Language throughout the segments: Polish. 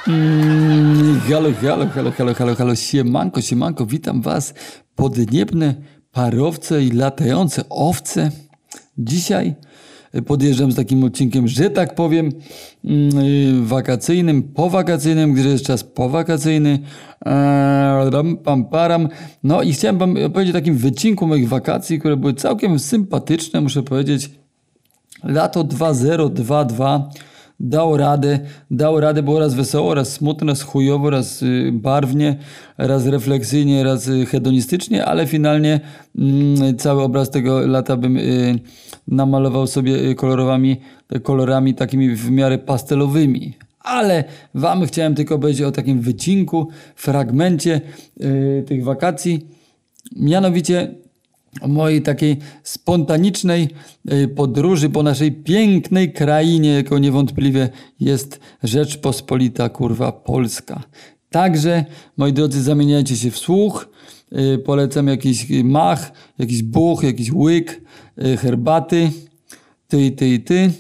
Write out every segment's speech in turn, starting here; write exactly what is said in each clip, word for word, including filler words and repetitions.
Mm, halo, halo, halo, halo, halo, halo, siemanko, siemanko, witam was, podniebne parowce i latające owce. Dzisiaj podjeżdżam z takim odcinkiem, że tak powiem, wakacyjnym, powakacyjnym, gdyż jest czas powakacyjny. Ram, pam, param. No i chciałem wam powiedzieć o takim wycinku moich wakacji, które były całkiem sympatyczne, muszę powiedzieć. Lato dwa zero dwa dwa dało radę, dało radę, było raz wesoło, raz smutno, raz chujowo, raz y, barwnie, raz refleksyjnie, raz y, hedonistycznie, ale finalnie y, cały obraz tego lata bym y, namalował sobie y, kolorowami, y, kolorami takimi w miarę pastelowymi. Ale wam chciałem tylko powiedzieć o takim wycinku, fragmencie y, tych wakacji, mianowicie o mojej takiej spontanicznej podróży po naszej pięknej krainie, jaką niewątpliwie jest Rzeczpospolita, kurwa, Polska. Także, moi drodzy, zamieniajcie się w słuch, polecam jakiś mach, jakiś buch, jakiś łyk, herbaty, ty i ty i ty.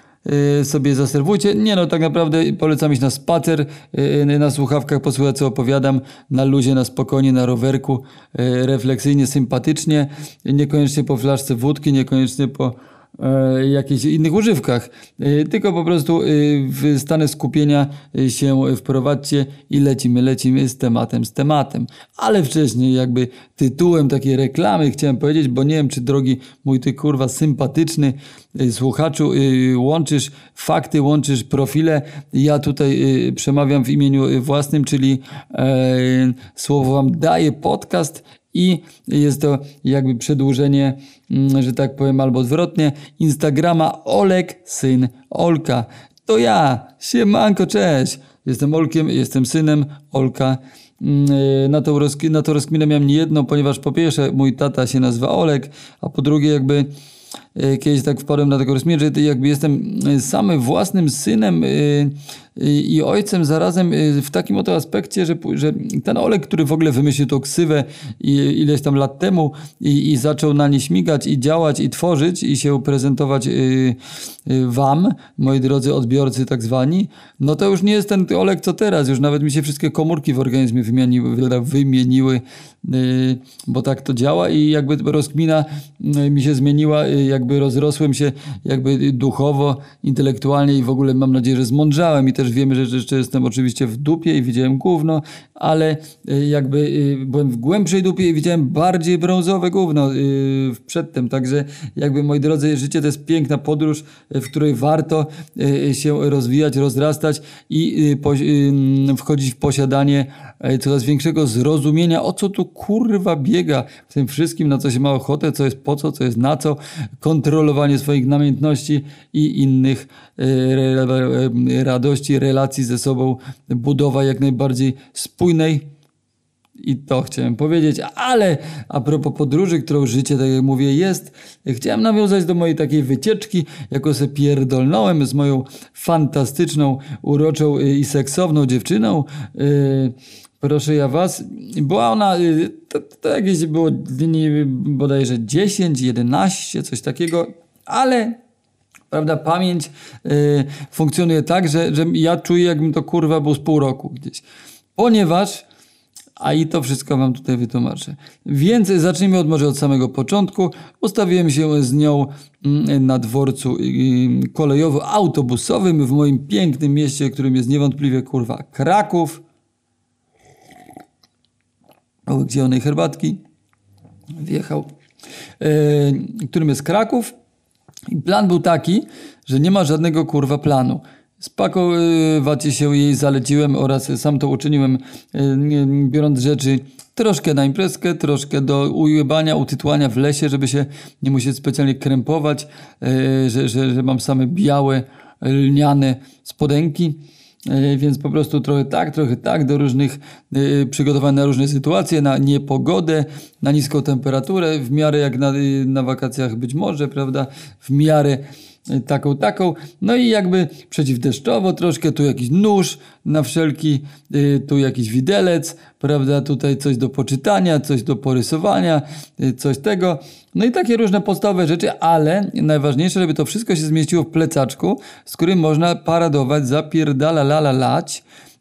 sobie zaserwujcie. Nie no, tak naprawdę polecam iść na spacer, na słuchawkach posłuchać, co opowiadam, na luzie, na spokojnie, na rowerku, refleksyjnie, sympatycznie, niekoniecznie po flaszce wódki, niekoniecznie po e, jakichś innych używkach, e, tylko po prostu e, w stanie skupienia się wprowadźcie i lecimy, lecimy z tematem, z tematem. Ale wcześniej jakby tytułem takiej reklamy chciałem powiedzieć, bo nie wiem, czy drogi mój ty kurwa sympatyczny e, słuchaczu, e, łączysz fakty, łączysz profile. Ja tutaj e, przemawiam w imieniu własnym, czyli e, słowo wam daję podcast. I jest to jakby przedłużenie, że tak powiem, albo odwrotnie, Instagrama Olek, syn Olka. To ja, siemanko, cześć. Jestem Olkiem, jestem synem Olka. Na to, rozk- na to rozkminę miałem nie jedno, ponieważ po pierwsze mój tata się nazywa Olek, a po drugie jakby kiedyś tak wpadłem na taką rozkminę, że jakby jestem samym własnym synem i ojcem zarazem w takim oto aspekcie, że, że ten Olek, który w ogóle wymyślił tą ksywę ileś tam lat temu i, i zaczął na nie śmigać i działać i tworzyć i się prezentować wam, moi drodzy odbiorcy tak zwani, no to już nie jest ten Olek co teraz, już nawet mi się wszystkie komórki w organizmie wymieniły, wymieniły, bo tak to działa i jakby rozkmina mi się zmieniła, jakby rozrosłem się jakby duchowo, intelektualnie i w ogóle mam nadzieję, że zmądrzałem i też wiemy, że jeszcze jestem oczywiście w dupie i widziałem gówno, ale jakby byłem w głębszej dupie i widziałem bardziej brązowe gówno przedtem, także jakby moi drodzy, życie to jest piękna podróż, w której warto się rozwijać, rozrastać i wchodzić w posiadanie coraz większego zrozumienia, o co tu kurwa biega w tym wszystkim, na co się ma ochotę, co jest po co, co jest na co, kontrolowanie swoich namiętności i innych radości, relacji ze sobą, budowa jak najbardziej spójnej. I to chciałem powiedzieć, ale a propos podróży, którą życie, tak jak mówię, jest, chciałem nawiązać do mojej takiej wycieczki, jako se pierdolnąłem z moją fantastyczną, uroczą i seksowną dziewczyną. Yy, proszę ja was, była ona, to, to jakieś było dni bodajże dziesięć, jedenaście, coś takiego, ale prawda, pamięć yy, funkcjonuje tak, że, że ja czuję, jakbym to kurwa był z pół roku gdzieś. Ponieważ, a i to wszystko wam tutaj wytłumaczę. Więc zacznijmy od może od samego początku. Ustawiłem się z nią na dworcu yy, kolejowo-autobusowym w moim pięknym mieście, którym jest niewątpliwie kurwa Kraków. O, gdzie onej herbatki wjechał, yy, którym jest Kraków. I plan był taki, że nie ma żadnego kurwa planu. Spakowacie się jej zaleciłem oraz sam to uczyniłem, yy, biorąc rzeczy troszkę na imprezkę, troszkę do ujebania, utytłania w lesie, żeby się nie musieć specjalnie krępować, yy, że, że, że mam same białe, lniane spodenki. Więc po prostu trochę tak, trochę tak, do różnych y, przygotowań na różne sytuacje, na niepogodę, na niską temperaturę, w miarę jak na, y, na wakacjach być może, prawda, w miarę y, taką, taką, no i jakby przeciwdeszczowo troszkę, tu jakiś nóż na wszelki, y, tu jakiś widelec, prawda, tutaj coś do poczytania, coś do porysowania, y, coś tego, no i takie różne podstawowe rzeczy, ale najważniejsze, żeby to wszystko się zmieściło w plecaczku, z którym można paradować, zapierdala lala lać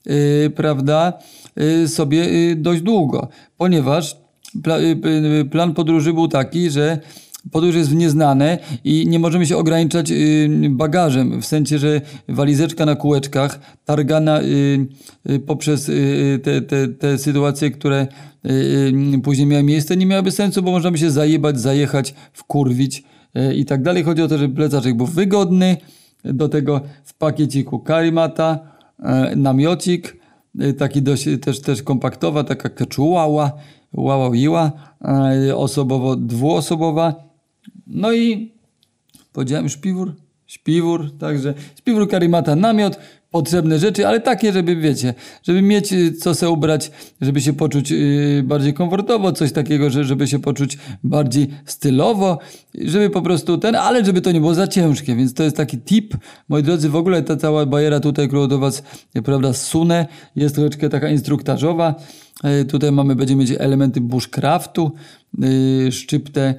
yy, prawda, yy, sobie yy, dość długo, ponieważ pla, yy, plan podróży był taki, że podróż jest w nieznane i nie możemy się ograniczać yy, bagażem, w sensie, że walizeczka na kółeczkach, targana yy, yy, poprzez yy, te, te, te sytuacje, które yy, później miały miejsce, nie miałyby sensu, bo możemy się zajebać, zajechać, wkurwić yy, i tak dalej. Chodzi o to, żeby plecaczek był wygodny, do tego w pakieciku karimata, yy, namiocik, yy, taki dość też, też kompaktowa, taka keczułała, łała, jiła, yy, osobowo dwuosobowa. No i powiedziałem śpiwór, śpiwór, także śpiwór, karimata, namiot, potrzebne rzeczy, ale takie, żeby wiecie, żeby mieć co se ubrać, żeby się poczuć yy, bardziej komfortowo, coś takiego, że, żeby się poczuć bardziej stylowo, żeby po prostu ten, ale żeby to nie było za ciężkie, więc to jest taki tip, moi drodzy, w ogóle ta cała bajera tutaj, którą do was, prawda, zsunę, jest troszeczkę taka instruktażowa. Yy, tutaj mamy, będziemy mieć elementy bushcraftu, yy, szczyptę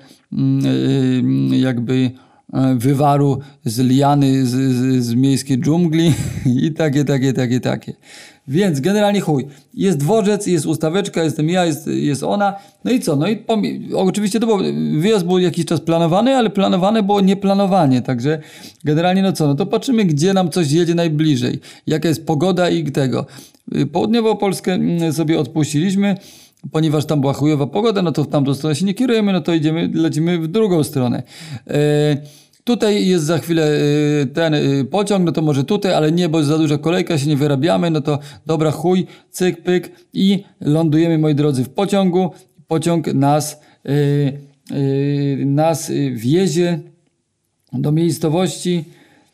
yy, jakby wywaru z liany, z, z, z miejskiej dżungli i takie, takie, takie, takie. Więc generalnie chuj. Jest dworzec, jest ustaweczka, jestem ja, jest, jest ona. No i co? No i oczywiście to był, wyjazd był jakiś czas planowany, ale planowane było nieplanowanie. Także generalnie no co? No to patrzymy, gdzie nam coś jedzie najbliżej. Jaka jest pogoda i tego. Południową Polskę sobie odpuściliśmy, ponieważ tam była chujowa pogoda, no to w tamtą stronę się nie kierujemy, no to idziemy, lecimy w drugą stronę. Yy, tutaj jest za chwilę yy, ten yy, pociąg, no to może tutaj, ale nie, bo jest za duża kolejka, się nie wyrabiamy, no to dobra, chuj, cyk, pyk i lądujemy, moi drodzy, w pociągu. Pociąg nas, yy, yy, nas wiezie do miejscowości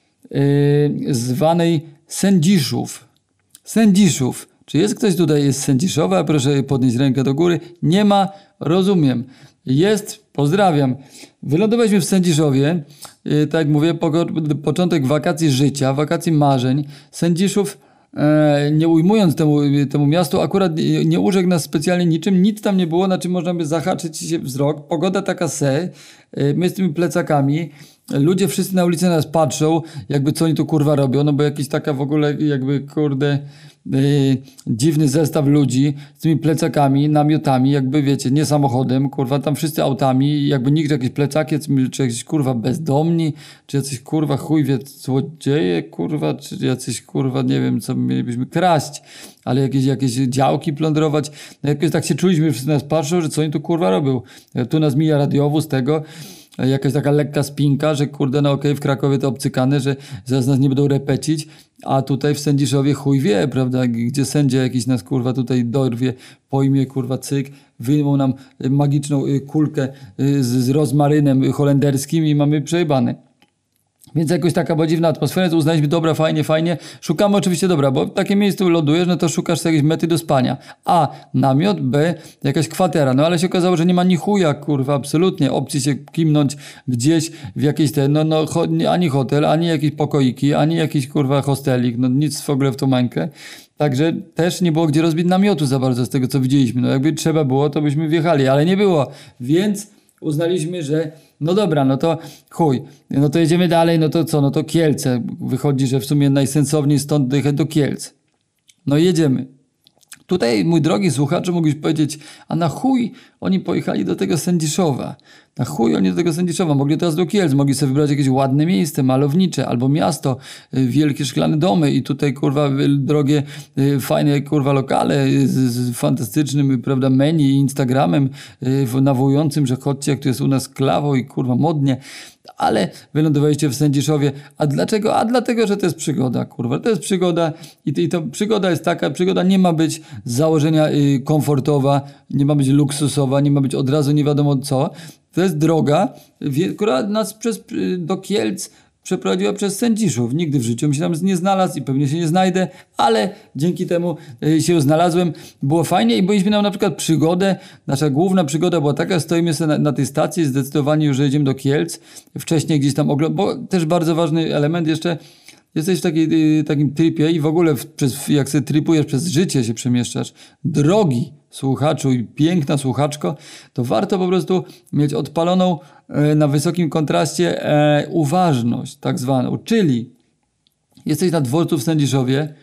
yy, zwanej Sędziszów. Sędziszów. Czy jest ktoś tutaj, jest z Sędziszowa? Proszę podnieść rękę do góry. Nie ma, rozumiem. Jest, pozdrawiam. Wylądowaliśmy w Sędziszowie, yy, tak jak mówię, po, początek wakacji życia, wakacji marzeń. Sędziszów, e, nie ujmując temu, temu miastu, akurat nie, nie urzekł nas specjalnie niczym, nic tam nie było, na czym można by zahaczyć się wzrok. Pogoda taka se, yy, my z tymi plecakami, ludzie wszyscy na ulicy na nas patrzą, jakby co oni tu kurwa robią, no bo jakiś taka w ogóle jakby kurde yy, dziwny zestaw ludzi z tymi plecakami, namiotami, jakby wiecie, nie samochodem, kurwa, tam wszyscy autami, jakby nikt jakieś plecaki, czy jakiś kurwa bezdomni, czy jacyś kurwa chuj wie złodzieje, kurwa, czy jacyś kurwa, nie wiem, co mielibyśmy kraść, ale jakieś, jakieś działki plądrować, no jakoś tak się czuliśmy, wszyscy nas patrzą, że co oni tu kurwa robią, tu nas mija radiowóz tego, jakaś taka lekka spinka, że kurde, no okej, okay, w Krakowie to obcykane, że zaraz nas nie będą repecić, a tutaj w Sędziszowie chuj wie, prawda, gdzie sędzia jakiś nas kurwa tutaj dorwie, pojmie kurwa cyk, wyjmą nam magiczną kulkę z, z rozmarynem holenderskim i mamy przejebane. Więc jakoś taka była dziwna atmosfera, to uznaliśmy, dobra, fajnie, fajnie. Szukamy oczywiście, dobra, bo w takim miejscu lądujesz, no to szukasz jakieś mety do spania. A, namiot, B, jakaś kwatera. No ale się okazało, że nie ma ni chuja, kurwa, absolutnie opcji się kimnąć gdzieś w jakieś te, no, no ho, ani hotel, ani jakieś pokoiki, ani jakiś, kurwa, hostelik, no nic w ogóle w tą mańkę. Także też nie było gdzie rozbić namiotu za bardzo z tego, co widzieliśmy. No jakby trzeba było, to byśmy wjechali, ale nie było. Więc uznaliśmy, że no dobra, no to chuj, no to jedziemy dalej, no to co, no to Kielce. Wychodzi, że w sumie najsensowniej stąd dojechać do Kielc. No i jedziemy. Tutaj, mój drogi słuchaczu, mógłbyś powiedzieć, a na chuj oni pojechali do tego Sędziszowa. Na chuj oni do tego Sędziszowa. Mogli teraz do Kielc, mogli sobie wybrać jakieś ładne miejsce, malownicze, albo miasto, wielkie szklane domy i tutaj, kurwa, drogie, fajne, kurwa, lokale z, z fantastycznym, prawda, menu i Instagramem nawołującym, że chodźcie, jak tu jest u nas klawo i, kurwa, modnie. Ale wylądowaliście w Sędziszowie. A dlaczego? A dlatego, że to jest przygoda, kurwa. To jest przygoda i, i to przygoda jest taka, przygoda nie ma być z założenia y, komfortowa, nie ma być luksusowa, nie ma być od razu nie wiadomo co. To jest droga, która nas przez, do Kielc przeprowadziła przez Sędziszów. Nigdy w życiu bym się tam nie znalazł i pewnie się nie znajdę, ale dzięki temu się znalazłem. Było fajnie i byliśmy nam na przykład przygodę. Nasza główna przygoda była taka, stoimy sobie na, na tej stacji, zdecydowani już, że jedziemy do Kielc. Wcześniej gdzieś tam oglądamy, bo też bardzo ważny element jeszcze, jesteś w takiej, takim tripie i w ogóle w, przez, jak sobie tripujesz, przez życie się przemieszczasz. Drogi słuchaczu i piękna słuchaczko, to warto po prostu mieć odpaloną e, na wysokim kontraście e, uważność tak zwaną, czyli jesteś na dworcu w Sędziszowie,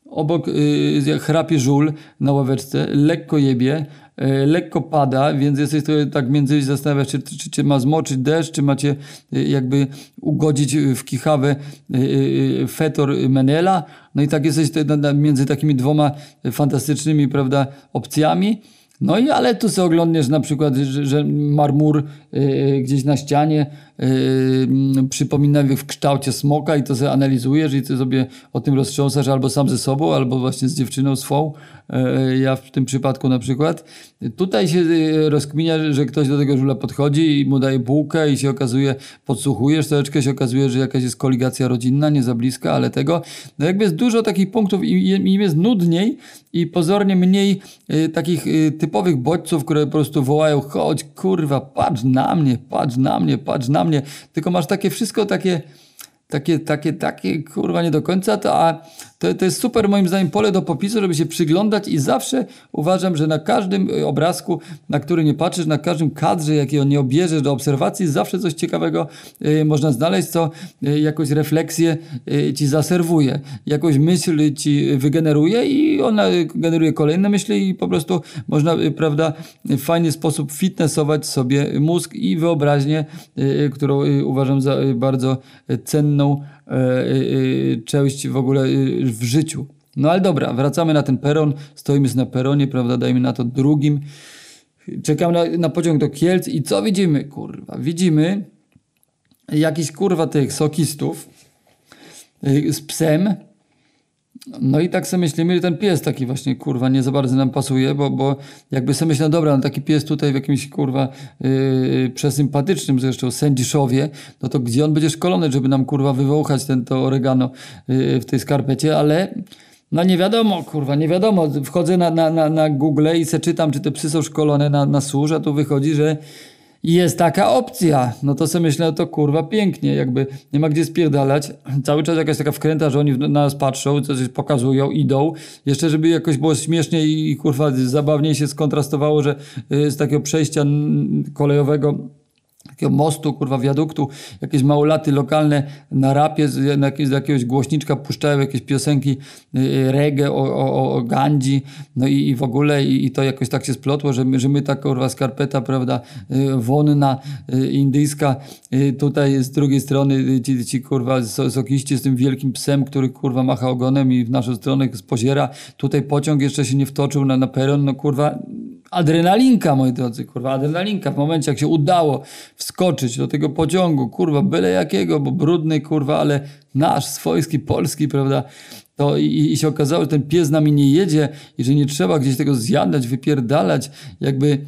obok y, chrapie żul na ławeczce, lekko jebie, y, lekko pada, więc jesteś trochę tak między zastanawiasz, czy, czy, czy cię ma zmoczyć deszcz, czy macie y, jakby ugodzić w kichawę y, y, fetor Menela. No i tak jesteś te, na, między takimi dwoma fantastycznymi, prawda, opcjami. No i ale tu sobie oglądniesz na przykład, że, że marmur yy, gdzieś na ścianie yy, przypomina w kształcie smoka i to sobie analizujesz i ty sobie o tym roztrząsasz albo sam ze sobą, albo właśnie z dziewczyną swą. Yy, ja w tym przypadku na przykład. Tutaj się yy, rozkminia, że ktoś do tego żula podchodzi i mu daje bułkę i się okazuje, podsłuchujesz, troszeczkę się okazuje, że jakaś jest koligacja rodzinna, nie za bliska, ale tego. No jakby jest dużo takich punktów i im jest nudniej i pozornie mniej yy, takich yy, typowych bodźców, które po prostu wołają: chodź kurwa, patrz na mnie, patrz na mnie, patrz na mnie. Tylko masz takie wszystko takie, takie, takie, takie kurwa nie do końca, to, a to, to jest super moim zdaniem pole do popisu, żeby się przyglądać i zawsze uważam, że na każdym obrazku, na który nie patrzysz, na każdym kadrze, jakiego nie obierzesz do obserwacji, zawsze coś ciekawego y, można znaleźć, co y, jakąś refleksję y, ci zaserwuje, jakąś myśl ci wygeneruje i ona generuje kolejne myśli i po prostu można, y, prawda, w fajny sposób fitnessować sobie mózg i wyobraźnię, y, którą y, uważam za y, bardzo cenną część w ogóle w życiu. No ale dobra, wracamy na ten peron, stoimy na peronie, prawda, dajmy na to drugim, czekamy na, na pociąg do Kielc i co widzimy, kurwa? Widzimy jakiś kurwa tych sokistów z psem. No i tak sobie myślimy, że ten pies taki właśnie, kurwa, nie za bardzo nam pasuje, bo, bo jakby sobie myślę, no dobra, no taki pies tutaj w jakimś, kurwa, yy, przesympatycznym zresztą Sędziszowie, no to gdzie on będzie szkolony, żeby nam, kurwa, wywąchać ten, to oregano yy, w tej skarpecie, ale no nie wiadomo, kurwa, nie wiadomo. Wchodzę na, na, na, na Google i se czytam, czy te psy są szkolone na, na służ, a tu wychodzi, że jest taka opcja. No to sobie myślę, no to kurwa pięknie, jakby nie ma gdzie spierdalać. Cały czas jakaś taka wkręta, że oni na nas patrzą, coś pokazują, idą. Jeszcze żeby jakoś było śmiesznie i kurwa zabawniej się skontrastowało, że z takiego przejścia kolejowego, takiego mostu, kurwa, wiaduktu, jakieś małolaty lokalne na rapie z, na, z jakiegoś głośniczka puszczają jakieś piosenki y, reggae o, o, o Gandzi, no i, i w ogóle i, i to jakoś tak się splotło, że my, że my ta, kurwa, skarpeta, prawda, y, wonna, y, indyjska, y, tutaj z drugiej strony ci, ci kurwa, sokiści z tym wielkim psem, który, kurwa, macha ogonem i w naszą stronę spoziera. Tutaj pociąg jeszcze się nie wtoczył na, na peron, no kurwa, adrenalinka, moi drodzy, kurwa, adrenalinka w momencie, jak się udało wskoczyć do tego pociągu, kurwa, byle jakiego, bo brudny, kurwa, ale nasz, swojski, polski, prawda, to i, i się okazało, że ten pies z nami nie jedzie i że nie trzeba gdzieś tego zjadać, wypierdalać, jakby,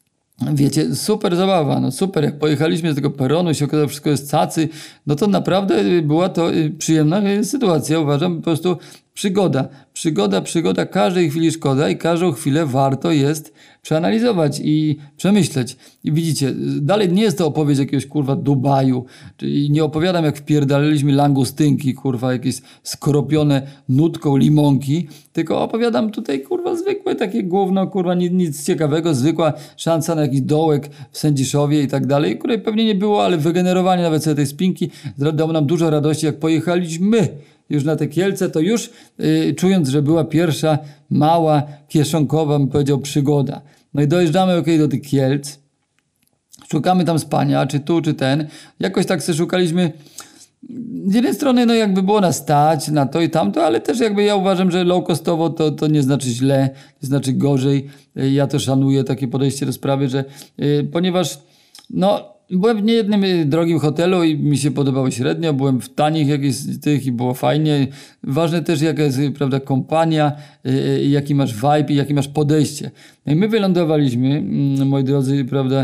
wiecie, super zabawa, no super, jak pojechaliśmy z tego peronu i się okazało, że wszystko jest cacy, no to naprawdę była to przyjemna sytuacja, uważam, po prostu przygoda, przygoda, przygoda, każdej chwili szkoda i każdą chwilę warto jest przeanalizować i przemyśleć. I widzicie, dalej nie jest to opowieść jakiegoś, kurwa, Dubaju, i nie opowiadam, jak wpierdaliliśmy langustynki, kurwa, jakieś skropione nutką limonki, tylko opowiadam tutaj, kurwa, zwykłe takie gówno, kurwa, nic, nic ciekawego, zwykła szansa na jakiś dołek w Sędziszowie i tak dalej, której pewnie nie było, ale wygenerowanie nawet sobie tej spinki dało nam dużo radości, jak pojechaliśmy już na te Kielce, to już yy, czując, że była pierwsza mała, kieszonkowa, bym powiedział, przygoda. No i dojeżdżamy okej do tych Kielc, szukamy tam spania, czy tu, czy ten. Jakoś tak sobie szukaliśmy. Z jednej strony, no jakby było nas stać na to i tamto, ale też jakby ja uważam, że low costowo to, to nie znaczy źle, nie znaczy gorzej. Ja to szanuję takie podejście do sprawy, że yy, ponieważ no byłem w niejednym drogim hotelu i mi się podobało średnio, byłem w tanich jakichś tych i było fajnie. Ważne też, jaka jest, prawda, kompania, yy, jaki masz vibe i jakie masz podejście. No i my wylądowaliśmy, yy, moi drodzy, prawda,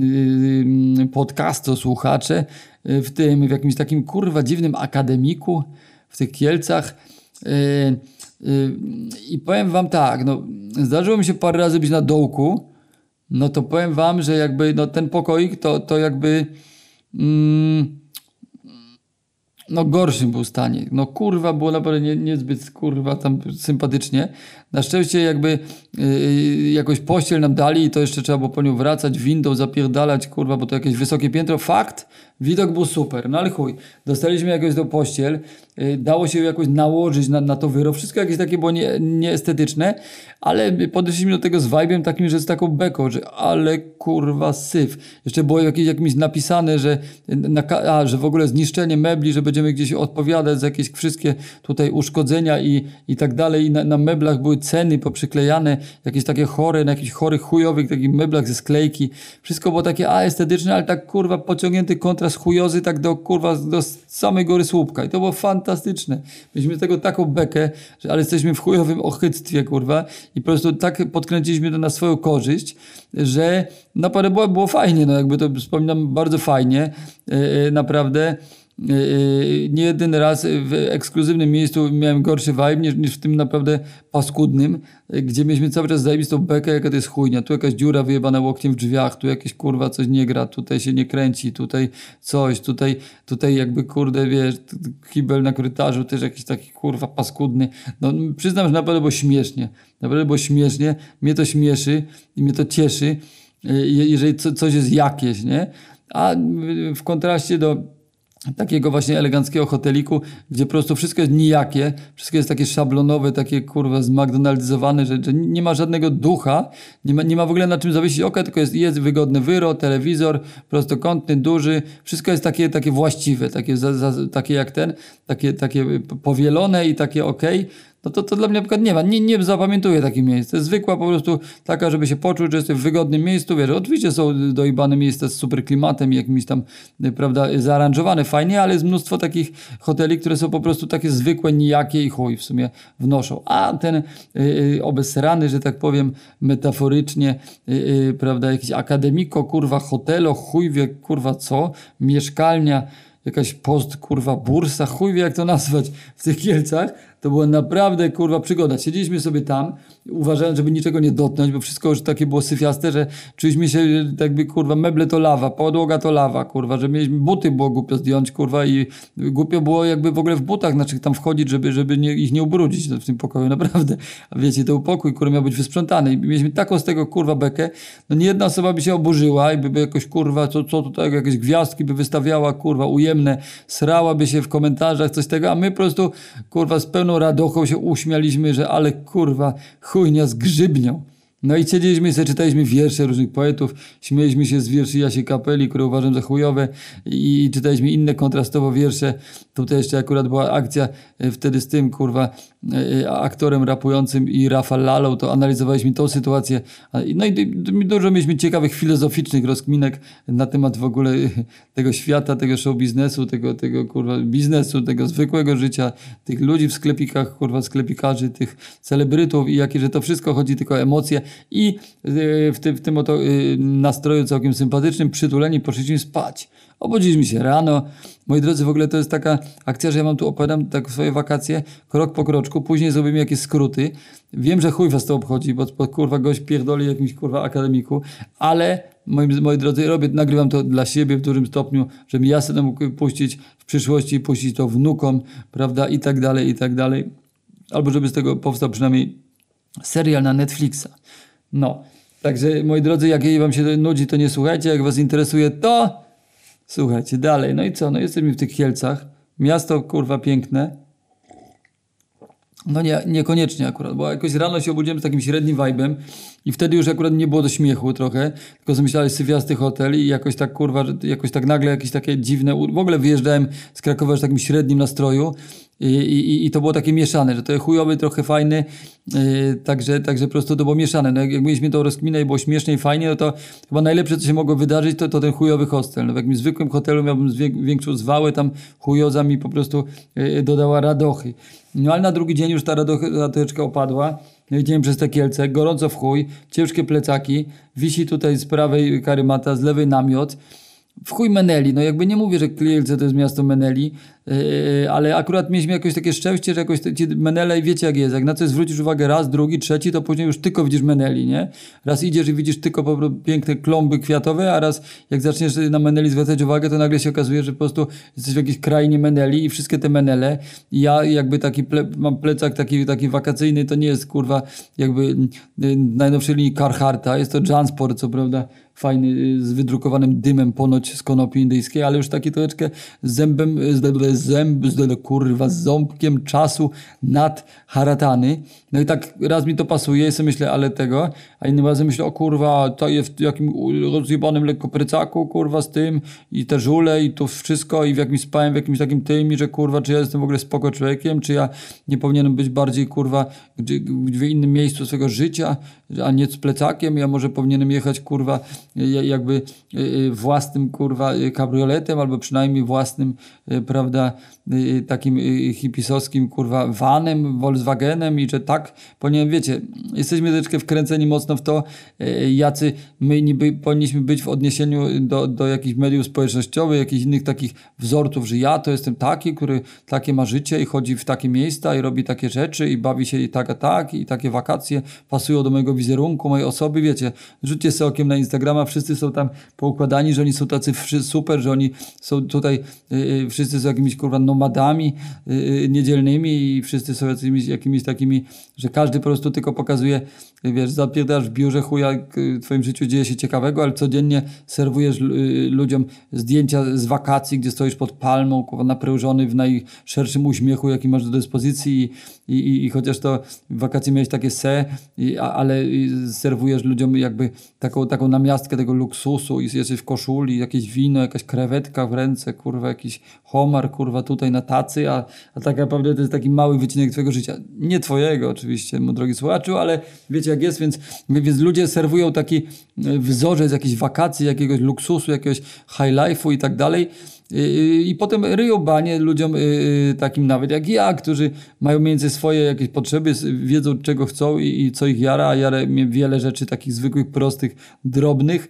yy, podcasto słuchacze, yy, w tym, w jakimś takim, kurwa, dziwnym akademiku w tych Kielcach. Yy, yy, I powiem wam tak, no zdarzyło mi się parę razy być na dołku. No to powiem wam, że jakby no ten pokoik to, to jakby mm, no gorszym był stanie. No kurwa było naprawdę nie, niezbyt kurwa tam sympatycznie. Na szczęście jakby yy, jakoś pościel nam dali i to jeszcze trzeba było po nią wracać, windą zapierdalać, kurwa, bo to jakieś wysokie piętro. Fakt, Widok był super, no ale chuj. Dostaliśmy jakąś do pościel, yy, dało się jakoś nałożyć na, na to wyro. Wszystko jakieś takie było nie, nieestetyczne, ale podeszliśmy do tego z vibe'em takim, że z taką beką, że ale kurwa syf. Jeszcze było jakieś, jakimś napisane, że, na, a, że w ogóle zniszczenie mebli, że będziemy gdzieś odpowiadać za jakieś wszystkie tutaj uszkodzenia i, i tak dalej. I na, na meblach były ceny poprzyklejane, jakieś takie chore, na jakichś chorych chujowych takich meblach ze sklejki. Wszystko było takie a estetyczne, ale tak kurwa pociągnięty kontrast chujozy tak do kurwa do samej góry słupka. I to było fantastyczne. Mieliśmy z tego taką bekę, że ale jesteśmy w chujowym ochyctwie kurwa i po prostu tak podkręciliśmy to na swoją korzyść, że naprawdę było, było fajnie, no jakby to wspominam bardzo fajnie, yy, naprawdę. Yy, nie jeden raz w ekskluzywnym miejscu miałem gorszy vibe niż, niż w tym naprawdę paskudnym, yy, gdzie mieliśmy cały czas zajebistą bekę, jaka to jest chujnia. Tu jakaś dziura wyjebana łokciem w drzwiach, tu jakieś kurwa coś nie gra, tutaj się nie kręci, tutaj coś, tutaj, tutaj jakby kurde wiesz, kibel na korytarzu też jakiś taki kurwa paskudny. No przyznam, że naprawdę było śmiesznie. Naprawdę było śmiesznie. Mnie to śmieszy i mnie to cieszy, yy, jeżeli co, coś jest jakieś, nie? A w kontraście do takiego właśnie eleganckiego hoteliku, gdzie po prostu wszystko jest nijakie, wszystko jest takie szablonowe, takie kurwa zmcdonaldyzowane, że, że nie ma żadnego ducha, nie ma, nie ma w ogóle na czym zawiesić oka, tylko jest, jest wygodny wyro, telewizor, prostokątny, duży, wszystko jest takie, takie właściwe, takie, za, za, takie jak ten, takie, takie powielone i takie okej. No to, to dla mnie na przykład nie ma, nie, nie zapamiętuję takich miejsc. To jest zwykła po prostu taka, żeby się poczuć, że jesteś w wygodnym miejscu. Wiesz, oczywiście są dojebane miejsca z super klimatem i jakimiś tam, prawda, zaaranżowane fajnie, ale jest mnóstwo takich hoteli, które są po prostu takie zwykłe, nijakie i chuj w sumie wnoszą. A ten yy, obesrany, że tak powiem metaforycznie, yy, prawda, jakiś akademiko, kurwa, hotelo, chuj wie, kurwa co, mieszkalnia, jakaś post, kurwa, bursa, chuj wie jak to nazwać w tych Kielcach. To była naprawdę, kurwa, przygoda. Siedzieliśmy sobie tam, uważając, żeby niczego nie dotknąć, bo wszystko już takie było syfiaste, że czuliśmy się jakby, kurwa, meble to lawa, podłoga to lawa, kurwa, że mieliśmy buty, było głupio zdjąć, kurwa, i głupio było jakby w ogóle w butach naszych tam wchodzić, żeby, żeby nie, ich nie ubrudzić w tym pokoju, naprawdę. A wiecie, to pokój, który miał być wysprzątany i mieliśmy taką z tego, kurwa, bekę, no nie jedna osoba by się oburzyła i by, by jakoś, kurwa, co, co tutaj, jakieś gwiazdki by wystawiała, kurwa, ujemne, srałaby się w komentarzach, coś tego, a my po prostu, kurwa, z pełną radochą się uśmialiśmy, że ale kurwa chujnia z grzybnią. No i siedzieliśmy i sobie czytaliśmy wiersze różnych poetów, śmieliśmy się z wierszy Jasi Kapeli, które uważam za chujowe i czytaliśmy inne kontrastowo wiersze. Tutaj jeszcze akurat była akcja wtedy z tym kurwa aktorem rapującym i Rafał Lalą, to analizowaliśmy tą sytuację. No i dużo mieliśmy ciekawych filozoficznych rozkminek na temat w ogóle tego świata, tego show biznesu, tego, tego kurwa biznesu, tego zwykłego życia, tych ludzi w sklepikach, kurwa sklepikarzy, tych celebrytów i jakie, że to wszystko chodzi tylko o emocje. I w tym, w tym oto nastroju całkiem sympatycznym, przytuleni, poszliśmy spać. Obudziliśmy się rano. Moi drodzy, w ogóle to jest taka akcja, że ja mam tu opowiadam tak swoje wakacje, krok po kroczku, później zrobimy jakieś skróty. Wiem, że chuj was to obchodzi, bo, bo kurwa gość pierdoli jakimś kurwa akademiku, ale moi, moi drodzy, robię, nagrywam to dla siebie w dużym stopniu, żebym ja sobie mógł puścić w przyszłości, puścić to wnukom, prawda, i tak dalej, i tak dalej. Albo żeby z tego powstał przynajmniej serial na Netflixa. No, także moi drodzy, jak wam się nudzi, to nie słuchajcie, jak was interesuje, to słuchajcie dalej. No i co, no jesteśmy w tych Kielcach, miasto kurwa piękne, no nie, niekoniecznie akurat, bo jakoś rano się obudziłem z takim średnim vibe'em i wtedy już akurat nie było do śmiechu trochę, tylko sobie myślałem, syfiasty hotel i jakoś tak kurwa, jakoś tak nagle jakieś takie dziwne, w ogóle wyjeżdżałem z Krakowa już w takim średnim nastroju i, i, i to było takie mieszane, że to jest chujowy, trochę fajny, yy, także, także po prostu to było mieszane. No jak, jak mieliśmy tą rozkminę i było śmiesznie i fajnie, no to chyba najlepsze, co się mogło wydarzyć, to, to ten chujowy hostel. No w jakimś zwykłym hotelu miałbym zwię- większą zwałę, tam chujoza mi po prostu yy, dodała radochy. No ale na drugi dzień już ta radocheczka opadła. No idziemy przez te Kielce, gorąco w chuj, ciężkie plecaki, wisi tutaj z prawej karymata, z lewej namiot. W chuj Meneli, no jakby nie mówię, że Kielce to jest miasto Meneli, Yy, ale akurat mieliśmy jakoś takie szczęście, że jakoś te, ci menele i wiecie jak jest, jak na coś zwrócisz uwagę raz, drugi, trzeci, to później już tylko widzisz meneli, nie? Raz idziesz i widzisz tylko po prostu piękne klomby kwiatowe, a raz jak zaczniesz na meneli zwracać uwagę, to nagle się okazuje, że po prostu jesteś w jakiejś krainie meneli i wszystkie te menele, i ja jakby taki ple, mam plecak taki, taki wakacyjny, to nie jest kurwa jakby yy, najnowszej linii Carhartta, jest to Jansport, co prawda fajny, z wydrukowanym dymem ponoć z konopi indyjskiej, ale już taki troszeczkę z zębem, z zęb, z kurwa, z ząbkiem czasu nadharatany. No i tak raz mi to pasuje i sobie myślę, ale tego, a innym razem myślę, o kurwa, to jest w jakim rozjebanym lekko plecaku, kurwa, z tym i te żule i to wszystko i w jakimś spałem, w jakimś takim tym i że kurwa, czy ja jestem w ogóle spoko człowiekiem, czy ja nie powinienem być bardziej kurwa w innym miejscu swojego życia, a nie z plecakiem, ja może powinienem jechać kurwa jakby własnym kurwa kabrioletem albo przynajmniej własnym, prawda, takim hipisowskim kurwa vanem, Volkswagenem i że tak, ponieważ wiecie, jesteśmy troszeczkę wkręceni mocno w to, jacy my niby powinniśmy być w odniesieniu do, do jakichś mediów społecznościowych, jakichś innych takich wzorców, że ja to jestem taki, który takie ma życie i chodzi w takie miejsca i robi takie rzeczy i bawi się i tak a tak i takie wakacje pasują do mojego wizerunku, mojej osoby, wiecie, rzućcie sobie okiem na Instagrama, wszyscy są tam poukładani, że oni są tacy super, że oni są tutaj, yy, wszyscy są jakimiś kurwa nomadami yy, niedzielnymi i wszyscy są jakimiś, jakimiś takimi, że każdy po prostu tylko pokazuje, yy, wiesz, zapierdasz w biurze chuja, yy, w twoim życiu dzieje się ciekawego, ale codziennie serwujesz yy, ludziom zdjęcia z wakacji, gdzie stoisz pod palmą, kurwa, naprężony w najszerszym uśmiechu, jaki masz do dyspozycji i, i, i chociaż to w wakacje miałeś takie se, i, a, ale serwujesz ludziom jakby taką, taką namiastkę tego luksusu i jesteś w koszuli, jakieś wino, jakaś krewetka w ręce, kurwa, jakiś homar, kurwa, tutaj na tacy, a, a tak naprawdę to jest taki mały wycinek twojego życia. Nie twojego oczywiście, mój drogi słuchaczu, ale wiecie jak jest, więc, więc ludzie serwują taki wzorzec jakiejś wakacji, jakiegoś luksusu, jakiegoś high life'u i tak dalej. I potem ryją banie ludziom takim nawet jak ja, którzy mają między swoje jakieś potrzeby, wiedzą czego chcą i, i co ich jara, a jara mnie wiele rzeczy takich zwykłych, prostych, drobnych.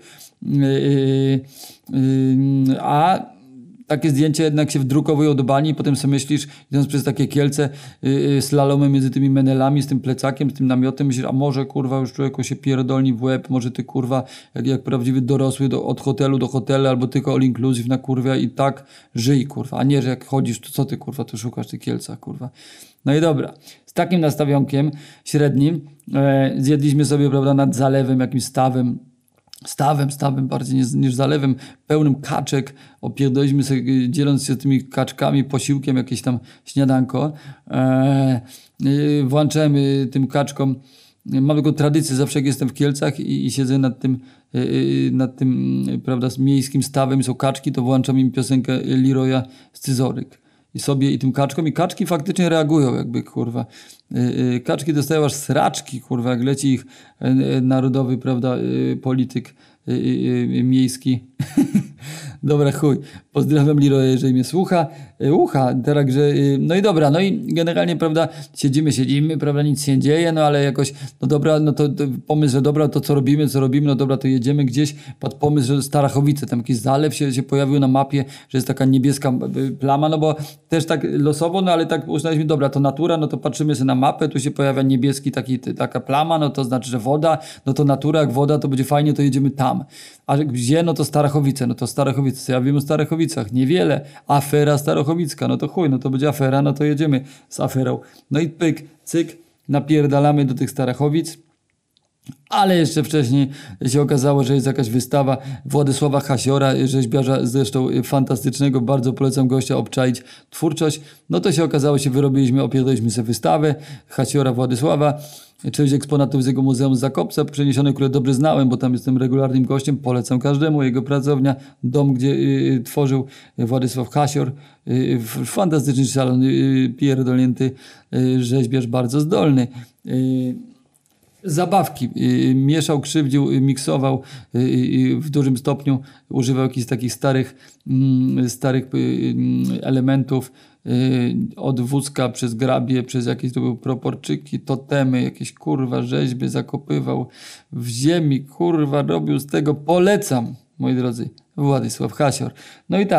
A takie zdjęcia jednak się wdrukowują do bani i potem sobie myślisz, idąc przez takie Kielce, yy, slalomem między tymi menelami, z tym plecakiem, z tym namiotem, myślisz, a może kurwa już człowieku się pierdolni w łeb, może ty kurwa, jak, jak prawdziwy dorosły do, od hotelu do hotelu, albo tylko all inclusive na kurwa i tak żyj kurwa, a nie, że jak chodzisz, to co ty kurwa, to szukasz tych Kielcach kurwa. No i dobra, z takim nastawionkiem średnim e, zjedliśmy sobie, prawda, nad zalewem, jakimś stawem, stawem, stawem bardziej niż, niż zalewem, pełnym kaczek, opierdoliśmy sobie, dzieląc się tymi kaczkami, posiłkiem, jakieś tam śniadanko. E, e, włączałem e, tym kaczkom, mam taką tradycję, zawsze jak jestem w Kielcach i, i siedzę nad tym, e, nad tym, prawda, miejskim stawem, są kaczki, to włączam im piosenkę Leroya Scyzoryk. I sobie i tym kaczkom, i kaczki faktycznie reagują jakby, kurwa. Yy, kaczki dostają aż sraczki, kurwa, jak leci ich yy, narodowy, prawda, yy, polityk yy, yy, miejski. Dobra, chuj. Pozdrawiam Leroya, jeżeli mnie słucha. Yy, ucha, teraz, że... Yy, no i dobra, no i generalnie, prawda, siedzimy, siedzimy, prawda, nic się nie dzieje, no ale jakoś, no dobra, no to, to pomysł, że dobra, to co robimy, co robimy, no dobra, to jedziemy gdzieś, padł pomysł, że Starachowice, tam jakiś zalew się, się pojawił na mapie, że jest taka niebieska plama, no bo też tak losowo, no ale tak uznaliśmy, dobra, to natura, no to patrzymy sobie na mapę, tu się pojawia niebieski taki, taka plama, no to znaczy, że woda, no to natura, jak woda, to będzie fajnie, to jedziemy tam. A gdzie, no to Starachowice, no to Starachowice, co ja wiem o Starachowicach? Niewiele. Afera Starachowicka, no to chuj, no to będzie afera, no to jedziemy z aferą. No i pyk, cyk, napierdalamy do tych Starachowic. Ale jeszcze wcześniej się okazało, że jest jakaś wystawa Władysława Hasiora, rzeźbiarza zresztą fantastycznego, bardzo polecam gościa obczaić twórczość. No to się okazało, się wyrobiliśmy, opierdoliśmy sobie wystawę Hasiora Władysława. Część eksponatów z jego muzeum z Zakopca przeniesionych, które dobrze znałem, bo tam jestem regularnym gościem, polecam każdemu. Jego pracownia, dom, gdzie y, tworzył Władysław Hasior, y, fantastyczny, szalony, y, pierdolnięty y, rzeźbiarz, bardzo zdolny. Y, Zabawki. Y, mieszał, krzywdził, y, miksował y, y, w dużym stopniu. Używał jakichś takich starych, y, starych y, elementów y, od wózka przez grabie, przez jakieś to były proporczyki, totemy, jakieś kurwa rzeźby zakopywał w ziemi, kurwa robił z tego. Polecam, moi drodzy, Władysław Hasior. No i tak,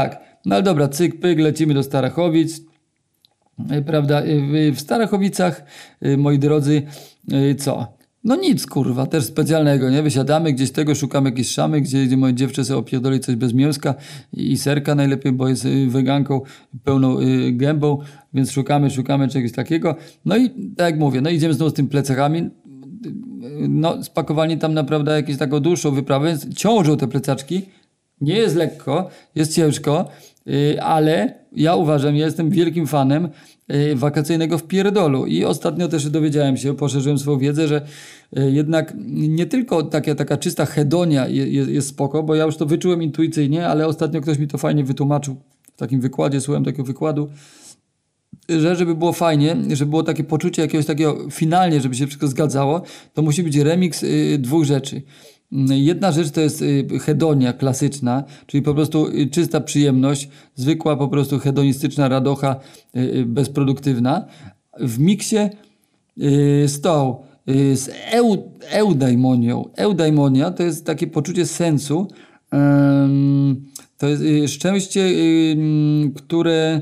No ale dobra, cyk, pyk, lecimy do Starachowic. Prawda, w Starachowicach, moi drodzy, co? No nic, kurwa, też specjalnego, nie? Wysiadamy gdzieś tego, szukamy jakiejś szamy, gdzie, gdzie moje dziewczę sobie opierdoli coś bez mięska i serka najlepiej, bo jest weganką pełną y, gębą, więc szukamy, szukamy czegoś takiego. No i tak jak mówię, no idziemy znowu z tym plecakami. No spakowali tam naprawdę jakąś taką dłuższą wyprawę, więc ciążą te plecaczki. Nie jest lekko, jest ciężko, yy, ale ja uważam, ja jestem wielkim fanem yy, wakacyjnego wpierdolu i ostatnio też dowiedziałem się, poszerzyłem swoją wiedzę, że yy, jednak nie tylko taka, taka czysta hedonia jest, jest spoko, bo ja już to wyczułem intuicyjnie, ale ostatnio ktoś mi to fajnie wytłumaczył w takim wykładzie, słuchałem takiego wykładu, że żeby było fajnie, żeby było takie poczucie jakiegoś takiego finalnie, żeby się wszystko zgadzało, to musi być remiks yy, dwóch rzeczy. Jedna rzecz to jest hedonia klasyczna, czyli po prostu czysta przyjemność, zwykła po prostu hedonistyczna radocha bezproduktywna. W miksie z tą, z eu, eudaimonią. Eudaimonia to jest takie poczucie sensu, to jest szczęście, które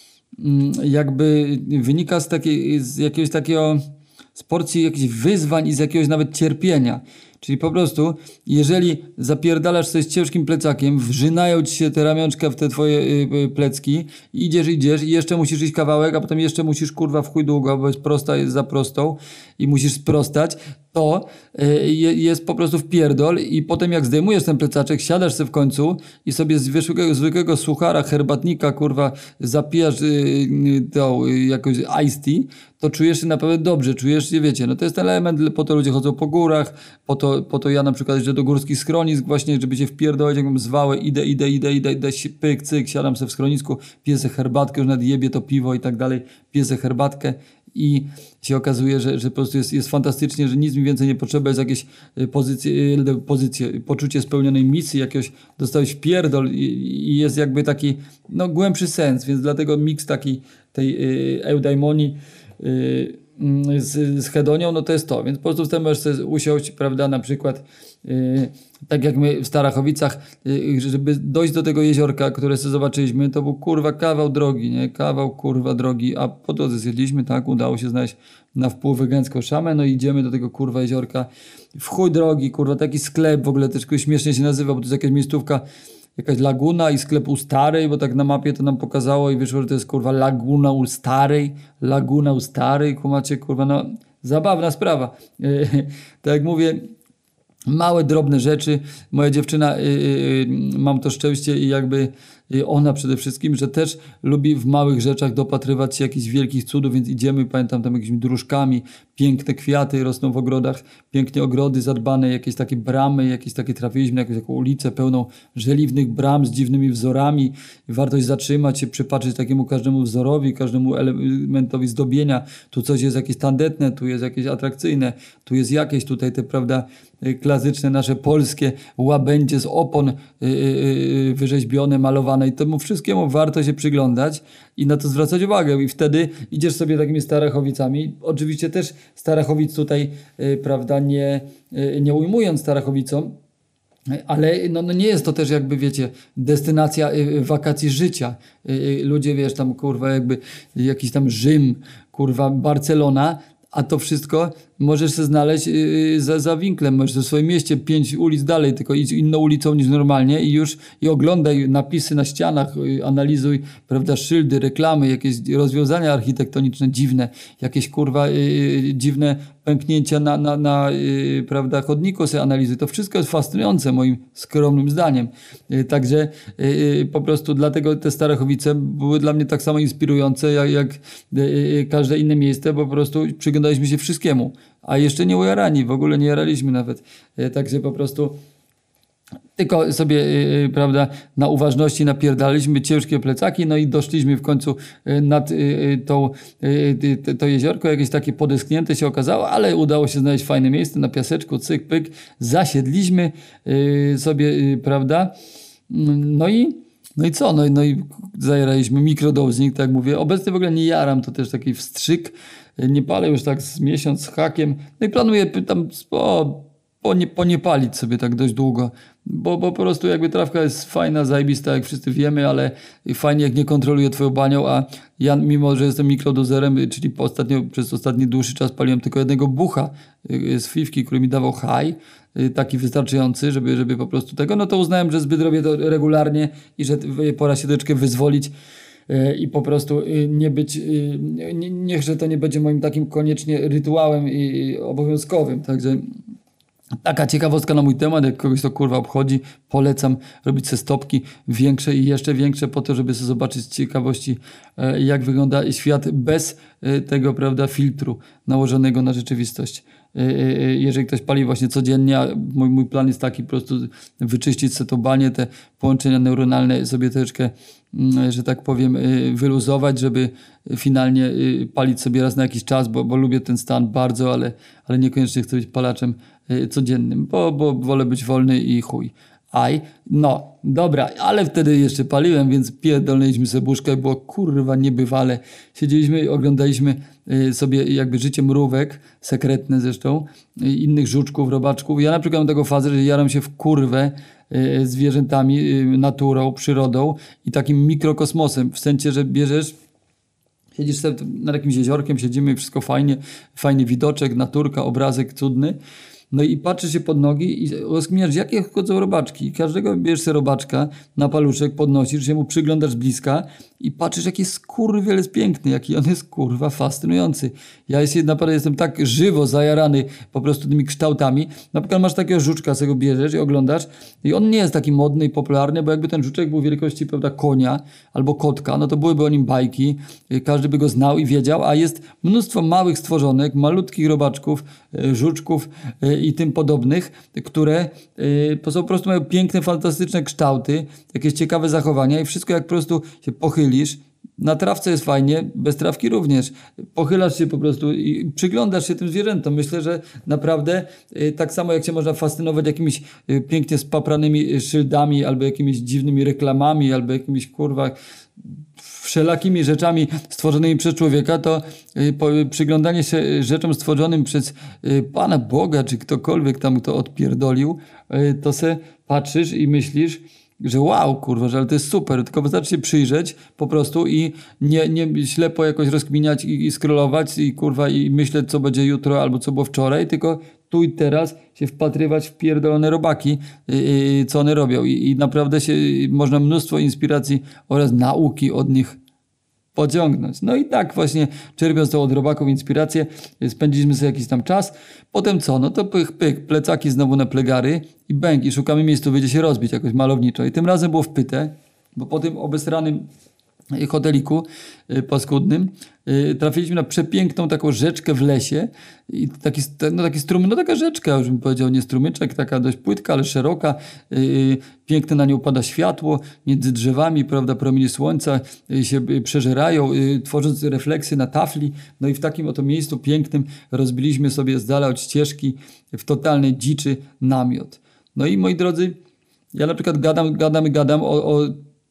jakby wynika z, takiej, z jakiegoś takiego, z porcji jakichś wyzwań i z jakiegoś nawet cierpienia. Czyli po prostu, jeżeli zapierdalasz sobie z ciężkim plecakiem, wrzynają ci się te ramionczka w te twoje y, y, plecki, idziesz, idziesz i jeszcze musisz iść kawałek, a potem jeszcze musisz kurwa w chuj długo, bo jest prosta, jest za prostą i musisz sprostać, to y, jest po prostu wpierdol i potem jak zdejmujesz ten plecaczek, siadasz sobie w końcu i sobie z zwykłego, zwykłego suchara, herbatnika, kurwa, zapijasz y, y, tą y, jakąś iced tea, to czujesz się naprawdę dobrze, czujesz się, wiecie, no to jest ten element, po to ludzie chodzą po górach, po to, po to ja na przykład jeżdżę do górskich schronisk właśnie, żeby się wpierdolić, jakbym zwałę, idę, idę, idę, idę, idę, pyk, cyk, siadam sobie w schronisku, piję sobie herbatkę, już nawet jebie to piwo i tak dalej, piję sobie herbatkę i się okazuje, że, że po prostu jest, jest fantastycznie, że nic mi więcej nie potrzeba, jest jakieś pozycje, pozycje, poczucie spełnionej misji, jakiegoś dostałeś wpierdol i, i jest jakby taki, no głębszy sens, więc dlatego miks taki tej y, eudaimonii Z, z hedonią, no to jest to, więc po prostu wtedy możesz sobie usiąść, prawda, na przykład yy, tak jak my w Starachowicach, yy, żeby dojść do tego jeziorka, które sobie zobaczyliśmy, to był kurwa kawał drogi, nie, kawał kurwa drogi, a po drodze zjedliśmy, tak, udało się znaleźć na wpół wegańską szamę, no i idziemy do tego kurwa jeziorka, w chuj drogi, kurwa, taki sklep w ogóle też śmiesznie się nazywa, bo to jest jakaś miejscówka, jakaś laguna i sklep u Starej, bo tak na mapie to nam pokazało i wyszło, że to jest kurwa laguna u Starej, laguna u Starej, kumacie, kurwa, no zabawna sprawa. Tak jak mówię, małe, drobne rzeczy. Moja dziewczyna, yy, yy, mam to szczęście i jakby yy, ona przede wszystkim, że też lubi w małych rzeczach dopatrywać się jakichś wielkich cudów, więc idziemy, pamiętam, tam jakimiś dróżkami, piękne kwiaty rosną w ogrodach, pięknie ogrody zadbane, jakieś takie bramy, jakieś takie trafiliśmy na jakąś taką ulicę pełną żeliwnych bram z dziwnymi wzorami. Warto się zatrzymać się, przypatrzeć takiemu każdemu wzorowi, każdemu elementowi zdobienia. Tu coś jest jakieś tandetne, tu jest jakieś atrakcyjne, tu jest jakieś tutaj te, prawda, klasyczne nasze polskie łabędzie z opon yy, yy, wyrzeźbione, malowane i temu wszystkiemu warto się przyglądać i na to zwracać uwagę i wtedy idziesz sobie takimi Starachowicami, oczywiście też Starachowic tutaj yy, prawda, nie, yy, nie ujmując Starachowicom, ale no, no nie jest to też jakby, wiecie, destynacja y, wakacji życia. Y, y, ludzie, wiesz, tam kurwa jakby jakiś tam Rzym, kurwa Barcelona, a to wszystko możesz się znaleźć yy, za, za winklem. Możesz w swoim mieście pięć ulic dalej, tylko idź inną ulicą niż normalnie i już i oglądaj napisy na ścianach, yy, analizuj, prawda, szyldy, reklamy, jakieś rozwiązania architektoniczne dziwne, jakieś kurwa yy, dziwne pęknięcia na, na, na yy, prawda, chodniku sobie analizuj. To wszystko jest fascynujące moim skromnym zdaniem. Yy, także yy, po prostu dlatego te Starachowice były dla mnie tak samo inspirujące jak, jak yy, każde inne miejsce, bo po prostu przyglądaliśmy się wszystkiemu. A jeszcze nie ujarani, w ogóle nie jaraliśmy nawet. Także po prostu tylko sobie, yy, prawda, na uważności napierdaliśmy ciężkie plecaki, no i doszliśmy w końcu nad yy, tą, yy, to jeziorko, jakieś takie podeschnięte się okazało, ale udało się znaleźć fajne miejsce na piaseczku, cyk, pyk, zasiedliśmy yy, sobie, yy, prawda, no i No i co? No, no i zajaraliśmy mikrodoznik, tak mówię. Obecnie w ogóle nie jaram, to też taki wstrzyk. Nie palę już tak z miesiąc z hakiem. No i planuję tam o ponie, ponie palić sobie tak dość długo, bo, bo po prostu jakby trawka jest fajna, zajebista, jak wszyscy wiemy, ale fajnie jak nie kontroluje twoją banią, a ja mimo, że jestem mikrodozerem, czyli po ostatnio, przez ostatni dłuższy czas paliłem tylko jednego bucha z fifki, który mi dawał high, taki wystarczający, żeby, żeby po prostu tego, no to uznałem, że zbyt robię to regularnie i że pora się troszeczkę wyzwolić i po prostu nie być, nie, niech, że to nie będzie moim takim koniecznie rytuałem i obowiązkowym, także taka ciekawostka na mój temat, jak kogoś to kurwa obchodzi, polecam robić sobie stopki większe i jeszcze większe po to, żeby sobie zobaczyć z ciekawości, jak wygląda świat bez tego, prawda, filtru nałożonego na rzeczywistość. Jeżeli ktoś pali właśnie codziennie, a mój, mój plan jest taki, po prostu wyczyścić sobie to banie, te połączenia neuronalne sobie troszeczkę, że tak powiem, wyluzować, żeby finalnie palić sobie raz na jakiś czas, bo, bo lubię ten stan bardzo, ale, ale niekoniecznie chcę być palaczem codziennym, bo, bo wolę być wolny i chuj. Aj, no, dobra, ale wtedy jeszcze paliłem, więc pierdolnęliśmy sobie buszkę, było kurwa niebywale. Siedzieliśmy i oglądaliśmy sobie jakby życie mrówek, sekretne zresztą, innych żuczków, robaczków. Ja na przykład mam taką fazę, że jaram się w kurwę zwierzętami, naturą, przyrodą i takim mikrokosmosem, w sensie, że bierzesz, siedzisz sobie nad jakimś jeziorkiem, siedzimy, wszystko fajnie, fajny widoczek, naturka, obrazek cudny. No i patrzysz się pod nogi i rozkminiasz, jakie chodzą robaczki. I każdego bierzesz sobie robaczka na paluszek, podnosisz, się mu przyglądasz z bliska i patrzysz, jaki skurwiel jest piękny, jaki on jest kurwa fascynujący. Ja jest, naprawdę jestem tak żywo zajarany po prostu tymi kształtami. Na przykład masz takiego żuczka, sobie go bierzesz i oglądasz i on nie jest taki modny i popularny, bo jakby ten żuczek był wielkości, prawda, konia albo kotka, no to byłyby o nim bajki, każdy by go znał i wiedział, a jest mnóstwo małych stworzonek, malutkich robaczków, żuczków i tym podobnych, które po prostu mają piękne, fantastyczne kształty, jakieś ciekawe zachowania i wszystko jak po prostu się pochylisz. Na trawce jest fajnie, bez trawki również. Pochylasz się po prostu i przyglądasz się tym zwierzętom. Myślę, że naprawdę tak samo jak się można fascynować jakimiś pięknie spapranymi szyldami albo jakimiś dziwnymi reklamami albo jakimiś kurwa wszelakimi rzeczami stworzonymi przez człowieka, to przyglądanie się rzeczom stworzonym przez Pana Boga, czy ktokolwiek tam to odpierdolił, to se patrzysz i myślisz, że wow, kurwa, że ale to jest super, tylko wystarczy się przyjrzeć po prostu i nie, nie ślepo jakoś rozkminiać i, i scrollować i kurwa i myśleć, co będzie jutro albo co było wczoraj, tylko tu i teraz się wpatrywać w pierdolone robaki, yy, co one robią I, i naprawdę się można mnóstwo inspiracji oraz nauki od nich pociągnąć. No i tak właśnie czerpiąc to od robaków inspirację, spędziliśmy sobie jakiś tam czas. Potem co? No to pych, pych, plecaki znowu na plegary i bęk i szukamy miejsca, będzie się rozbić jakoś malowniczo. I tym razem było w Pytę, bo po tym obesranym hoteliku y, paskudnym y, trafiliśmy na przepiękną taką rzeczkę w lesie i taki, no taki strumy, no taka rzeczka, już bym powiedział, nie strumyczek, taka dość płytka, ale szeroka, y, piękne na nią pada światło, między drzewami, prawda, promienie słońca y, się y, przeżerają, y, tworząc refleksje na tafli, no i w takim oto miejscu pięknym rozbiliśmy sobie z dala od ścieżki w totalnej dziczy namiot. No i moi drodzy, ja na przykład gadam, gadam i gadam o, o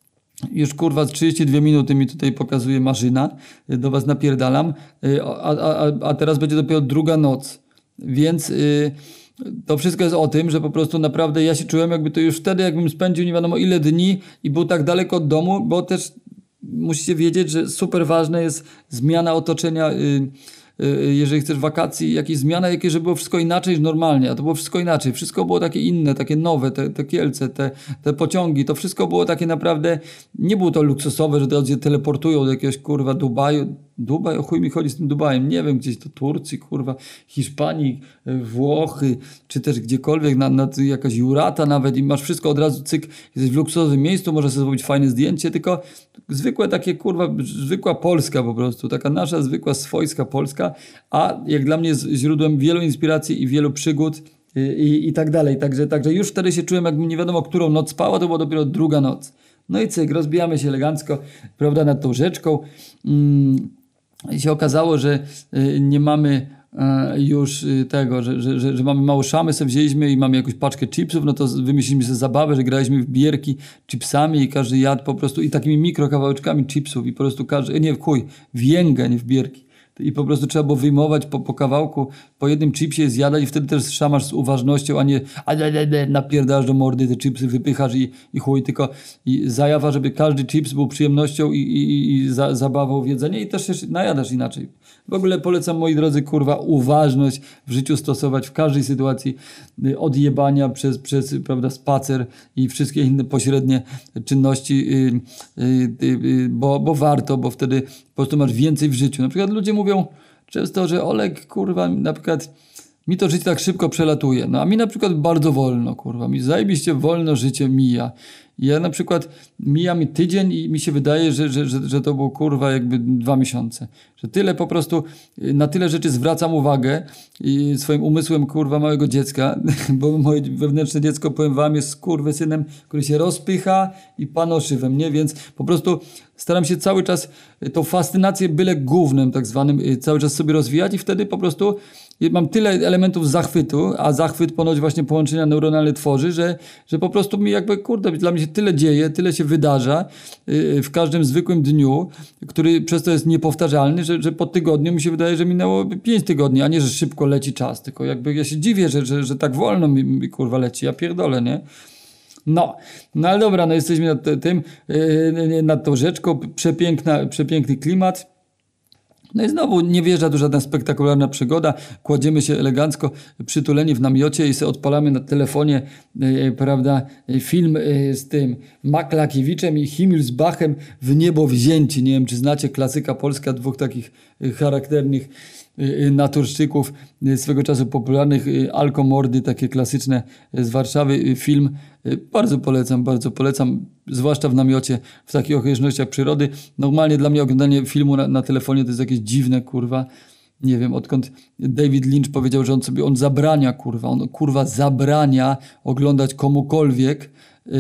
już kurwa trzydzieści dwie minuty mi tutaj pokazuje maszyna, do was napierdalam, a, a, a teraz będzie dopiero druga noc, więc yy, to wszystko jest o tym, że po prostu naprawdę ja się czułem jakby to już wtedy, jakbym spędził nie wiadomo ile dni i był tak daleko od domu, bo też musicie wiedzieć, że super ważne jest zmiana otoczenia, yy, jeżeli chcesz wakacji, jakieś zmiana, jakie, żeby było wszystko inaczej niż normalnie, a to było wszystko inaczej, wszystko było takie inne, takie nowe, te, te Kielce, te, te pociągi, to wszystko było takie naprawdę, nie było to luksusowe, że teraz je teleportują do jakiegoś kurwa Dubaju, Dubaj, o chuj mi chodzi z tym Dubajem, nie wiem, gdzieś do Turcji, kurwa, Hiszpanii, Włochy, czy też gdziekolwiek, na, na jakaś Jurata nawet i masz wszystko od razu, cyk, jesteś w luksusowym miejscu, możesz sobie zrobić fajne zdjęcie, tylko zwykłe takie, kurwa, zwykła Polska po prostu, taka nasza zwykła, swojska Polska, a jak dla mnie jest źródłem wielu inspiracji i wielu przygód i, i, i tak dalej, także, także już wtedy się czułem, jakbym nie wiadomo, którą noc spała, to była dopiero druga noc. No i cyk, rozbijamy się elegancko, prawda, nad tą rzeczką. Mm, I się okazało, że y, nie mamy y, już y, tego, że, że, że, że mamy mało szamy, sobie wzięliśmy i mamy jakąś paczkę chipsów, no to wymyśliliśmy sobie zabawę, że graliśmy w bierki chipsami i każdy jadł po prostu i takimi mikrokawałeczkami chipsów i po prostu każdy, nie w chuj, w jęgę, nie w bierki. i po prostu trzeba było wyjmować po, po kawałku, po jednym chipsie je zjadać i wtedy też szamasz z uważnością, a nie a le, le, le, napierdasz do mordy, te chipsy wypychasz i, i chuj, tylko i zajawa, żeby każdy chips był przyjemnością i, i, i za, zabawą w jedzeniu i też się najadasz inaczej. W ogóle polecam, moi drodzy, kurwa, uważność w życiu stosować w każdej sytuacji, od jebania przez, przez prawda, spacer i wszystkie inne pośrednie czynności, yy, yy, yy, bo, bo warto, bo wtedy po prostu masz więcej w życiu. Na przykład ludzie mówią często, że Olek, kurwa, na przykład mi to życie tak szybko przelatuje. No a mi na przykład bardzo wolno, kurwa. Mi zajebiście wolno życie mija. Ja na przykład mija mi tydzień i mi się wydaje, że, że, że, że to było kurwa jakby dwa miesiące. Że tyle po prostu, na tyle rzeczy zwracam uwagę i swoim umysłem kurwa małego dziecka, bo moje wewnętrzne dziecko, powiem wam, jest skurwysynem, który się rozpycha i panoszy we mnie, więc po prostu staram się cały czas tą fascynację byle gównem tak zwanym cały czas sobie rozwijać i wtedy po prostu mam tyle elementów zachwytu, a zachwyt ponoć właśnie połączenia neuronalne tworzy, że, że po prostu mi jakby, kurde, dla mnie się tyle dzieje, tyle się wydarza yy, w każdym zwykłym dniu, który przez to jest niepowtarzalny, że, że po tygodniu mi się wydaje, że minęło pięć tygodni, a nie, że szybko leci czas, tylko jakby ja się dziwię, że, że, że tak wolno mi, mi kurwa leci, ja pierdolę, nie? No, no ale dobra, no jesteśmy nad tym, yy, nad tą rzeczką, przepiękna, przepiękny klimat. No i znowu nie wjeżdża tu żadna spektakularna przygoda, kładziemy się elegancko przytuleni w namiocie i sobie odpalamy na telefonie, yy, prawda, film yy, z tym Maklakiewiczem i Himmelsbachem w niebo wzięci. Nie wiem, czy znacie, klasyka polska, dwóch takich yy, charakternych yy, naturszczyków, yy, swego czasu popularnych, yy, alkomordy, takie klasyczne yy, z Warszawy, yy, film. Yy, bardzo polecam, bardzo polecam, zwłaszcza w namiocie, w takich okolicznościach przyrody. Normalnie dla mnie oglądanie filmu na, na telefonie to jest jakieś dziwne, kurwa. Nie wiem, odkąd David Lynch powiedział, że on sobie, on zabrania, kurwa, on kurwa zabrania oglądać komukolwiek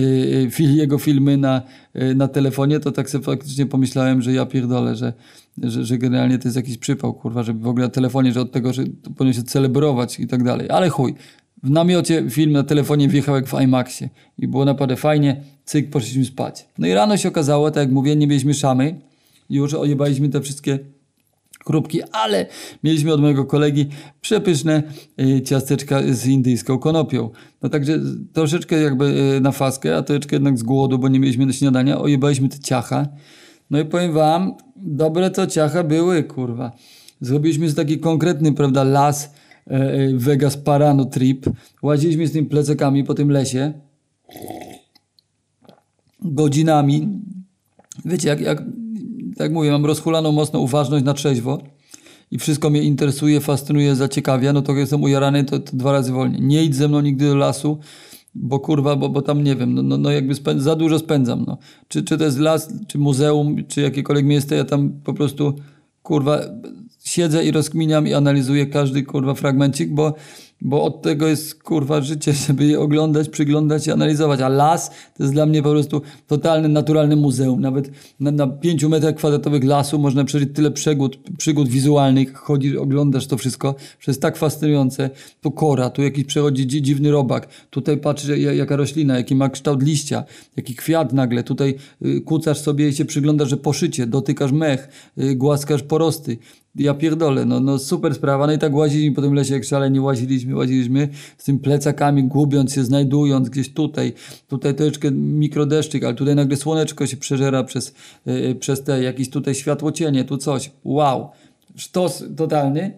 yy, jego filmy na, yy, na telefonie, to tak sobie faktycznie pomyślałem, że ja pierdolę, że, że, że generalnie to jest jakiś przypał, kurwa, żeby w ogóle na telefonie, że od tego, że to powinien się celebrować i tak dalej. Ale chuj. W namiocie film na telefonie wjechał jak w IMAXie i było naprawdę fajnie, cyk, poszliśmy spać. No i rano się okazało, tak jak mówię, nie mieliśmy szamy, już ojebaliśmy te wszystkie chrupki, ale mieliśmy od mojego kolegi przepyszne y, ciasteczka z indyjską konopią. No także troszeczkę jakby y, na faskę, a troszeczkę jednak z głodu, bo nie mieliśmy do śniadania, ojebaliśmy te ciacha. No i powiem wam, dobre to ciacha były, kurwa. Zrobiliśmy z taki konkretny, prawda, las, Vegas Parano trip. Łaziliśmy z tymi plecakami po tym lesie godzinami. Wiecie, jak, jak, jak mówię, mam rozhulaną mocno uważność na trzeźwo i wszystko mnie interesuje, fascynuje, zaciekawia, no to jak jestem ujarany, to, to dwa razy wolniej. Nie idź ze mną nigdy do lasu, bo kurwa, bo, bo tam nie wiem, no, no, no jakby spęd- za dużo spędzam. No. Czy, czy to jest las, czy muzeum, czy jakiekolwiek miejsce, ja tam po prostu kurwa siedzę i rozkminiam i analizuję każdy kurwa fragmencik, bo, bo od tego jest kurwa życie, żeby je oglądać, przyglądać i analizować. A las to jest dla mnie po prostu totalne, naturalne muzeum. Nawet na, na pięciu metrach kwadratowych lasu można przeżyć tyle przygód, przygód wizualnych. Chodzisz, oglądasz to wszystko, że jest tak fascynujące. Tu kora, tu jakiś przechodzi dzi, dziwny robak. Tutaj patrzysz jaka roślina, jaki ma kształt liścia, jaki kwiat nagle. Tutaj y, kucasz sobie i się przyglądasz, że poszycie, dotykasz mech, y, głaskasz porosty. Ja pierdolę, no, no super sprawa. No i tak łaziliśmy po tym lesie, jak szaleni łaziliśmy, łaziliśmy z tymi plecakami, gubiąc się, znajdując gdzieś tutaj, tutaj troszeczkę mikrodeszczyk, ale tutaj nagle słoneczko się przeżera przez, yy, przez te jakieś tutaj światło cienie, tu coś. Wow. Sztos totalny.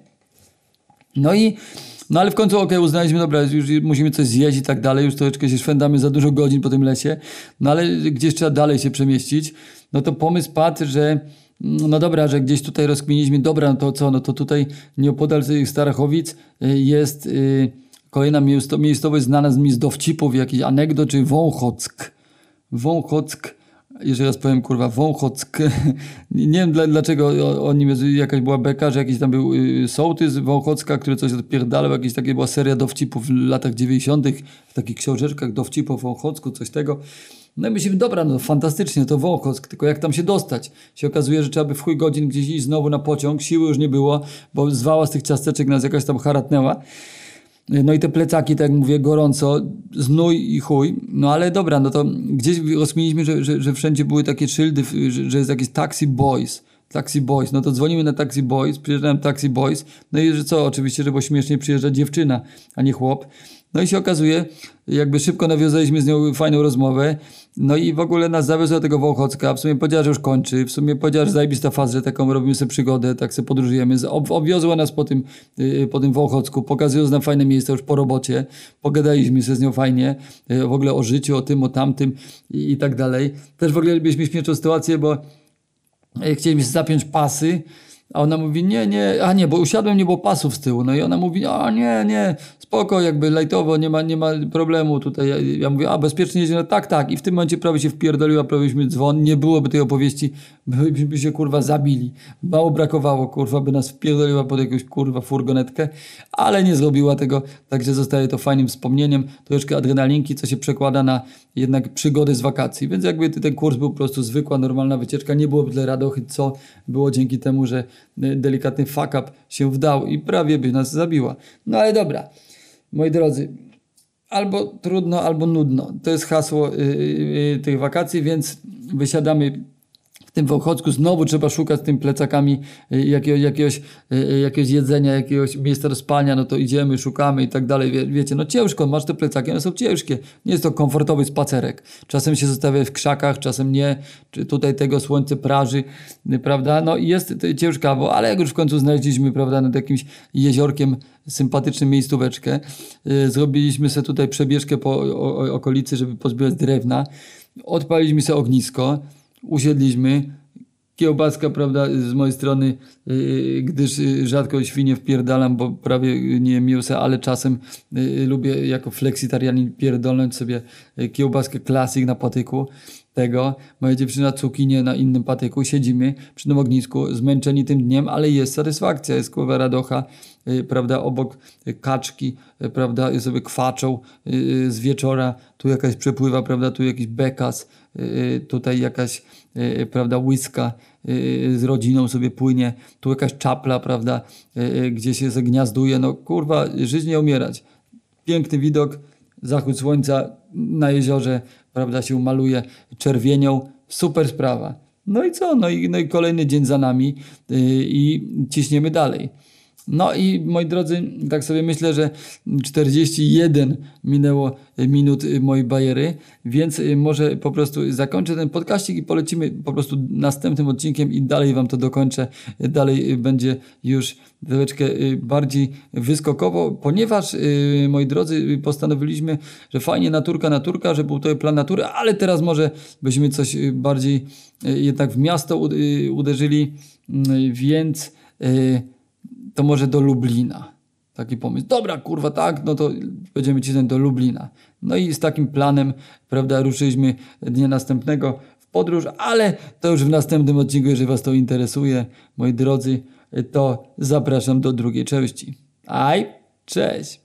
No i no ale w końcu okej, okay, uznaliśmy, dobra, już musimy coś zjeść i tak dalej, już troszeczkę się szwendamy za dużo godzin po tym lesie, no ale gdzieś trzeba dalej się przemieścić. No to pomysł padł, że no dobra, że gdzieś tutaj rozkminiliśmy, dobra, no to co, no to tutaj nieopodal tych Starachowic jest yy, kolejna miejscowość znana mi z dowcipów, jakiś anegdot, czy Wąchock. Wąchock, jeszcze raz powiem, kurwa, Wąchock. Nie wiem dla, dlaczego o, o nim jest jakaś była beka, że jakiś tam był yy, sołtys Wąchocka, który coś odpierdalał, jakaś taka była seria dowcipów w latach dziewięćdziesiątych, w takich książeczkach dowcipów o Wąchocku, coś tego. No i myślimy, dobra, no fantastycznie, to Wąchock, tylko jak tam się dostać? Się okazuje, że trzeba by w chuj godzin gdzieś iść znowu na pociąg, siły już nie było, bo zwała z tych ciasteczek nas jakaś tam haratnęła. No i te plecaki, tak jak mówię, gorąco, znój i chuj. No ale dobra, no to gdzieś rozkminiliśmy, że, że, że wszędzie były takie szyldy, że, że jest jakiś Taxi Boys. Taxi Boys, no to dzwonimy na Taxi Boys, przyjeżdżają Taxi Boys, no i że co, oczywiście, że bo śmiesznie przyjeżdża dziewczyna, a nie chłop. No i się okazuje, jakby szybko nawiązaliśmy z nią fajną rozmowę, no i w ogóle nas zawiozła do tego Wąchocka, w sumie powiedziała, że już kończy, w sumie powiedziała, że zajebista faza, że taką robimy sobie przygodę, tak sobie podróżujemy, Ob- obwiozła nas po tym, yy, po tym Wąchocku, pokazując nam fajne miejsca już po robocie, pogadaliśmy sobie z nią fajnie, yy, w ogóle o życiu, o tym, o tamtym i, i tak dalej. Też w ogóle mieliśmy śmieszną sytuację, bo yy, chcieliśmy zapiąć pasy, a ona mówi, nie, nie, a nie, bo usiadłem, nie było pasów z tyłu. No i ona mówi, a nie, nie, spoko, jakby lajtowo, nie ma, nie ma problemu tutaj. Ja, ja mówię, a bezpiecznie jedzie? No tak, tak. I w tym momencie prawie się wpierdoliła, prawie byśmy dzwon, nie byłoby tej opowieści, byśmy się kurwa zabili. Mało brakowało, kurwa, by nas wpierdoliła pod jakąś kurwa furgonetkę, ale nie zrobiła tego, także zostaje to fajnym wspomnieniem, troszeczkę adrenalinki, co się przekłada na jednak przygody z wakacji. Więc jakby ten kurs był po prostu zwykła, normalna wycieczka, nie byłoby tyle radochy, co było dzięki temu, że delikatny fuck up się wdał i prawie by nas zabiła. No ale dobra, moi drodzy, albo trudno, albo nudno. To jest hasło yy, yy, tych wakacji, więc wysiadamy w tym Wąchocku. Znowu trzeba szukać z tymi plecakami yy, jakiegoś, jakiegoś, yy, jakiegoś jedzenia, jakiegoś miejsca do spania, no to idziemy, szukamy i tak dalej. Wie, wiecie, no ciężko, masz te plecaki, one są ciężkie. Nie jest to komfortowy spacerek. Czasem się zostawia w krzakach, czasem nie. Czy tutaj tego słońce praży, yy, prawda? No i jest ciężkawo, ale jak już w końcu znaleźliśmy, prawda, nad jakimś jeziorkiem sympatyczną miejscóweczkę. Yy, zrobiliśmy sobie tutaj przebieżkę po o, o, okolicy, żeby pozbierać drewna. Odpaliliśmy sobie ognisko, usiedliśmy. Kiełbaska, prawda, z mojej strony, yy, gdyż yy, rzadko świnie wpierdalam, bo prawie nie jem mięsa, ale czasem yy, lubię jako fleksitarianin pierdolnąć sobie yy, kiełbaskę klasyk na patyku. Tego, moja dziewczyna cukinię na innym patyku, siedzimy przy tym ognisku, zmęczeni tym dniem, ale jest satysfakcja, jest kurwa radocha, yy, prawda, obok yy, kaczki, yy, prawda, sobie kwaczą yy, z wieczora, tu jakaś przepływa, prawda, tu jakiś bekas, yy, tutaj jakaś, yy, prawda, łyska yy, z rodziną sobie płynie, tu jakaś czapla, prawda, yy, gdzie się zagniazduje, no kurwa, żyć nie umierać. Piękny widok, zachód słońca na jeziorze, prawda, się maluje czerwienią. Super sprawa. No i co? No i, no i kolejny dzień za nami yy, i ciśniemy dalej. No i moi drodzy, tak sobie myślę, że czterdzieści jeden minęło minut mojej bajery, więc może po prostu zakończę ten podcastik i polecimy po prostu następnym odcinkiem i dalej wam to dokończę. Dalej będzie już troszeczkę bardziej wyskokowo, ponieważ, moi drodzy, postanowiliśmy, że fajnie naturka, naturka, że był to plan natury, ale teraz może byśmy coś bardziej jednak w miasto uderzyli, więc to może do Lublina. Taki pomysł. Dobra, kurwa, tak, no to będziemy cisnąć do Lublina. No i z takim planem, prawda, ruszyliśmy dnia następnego w podróż, ale to już w następnym odcinku, jeżeli was to interesuje, moi drodzy, to zapraszam do drugiej części. Aj, cześć!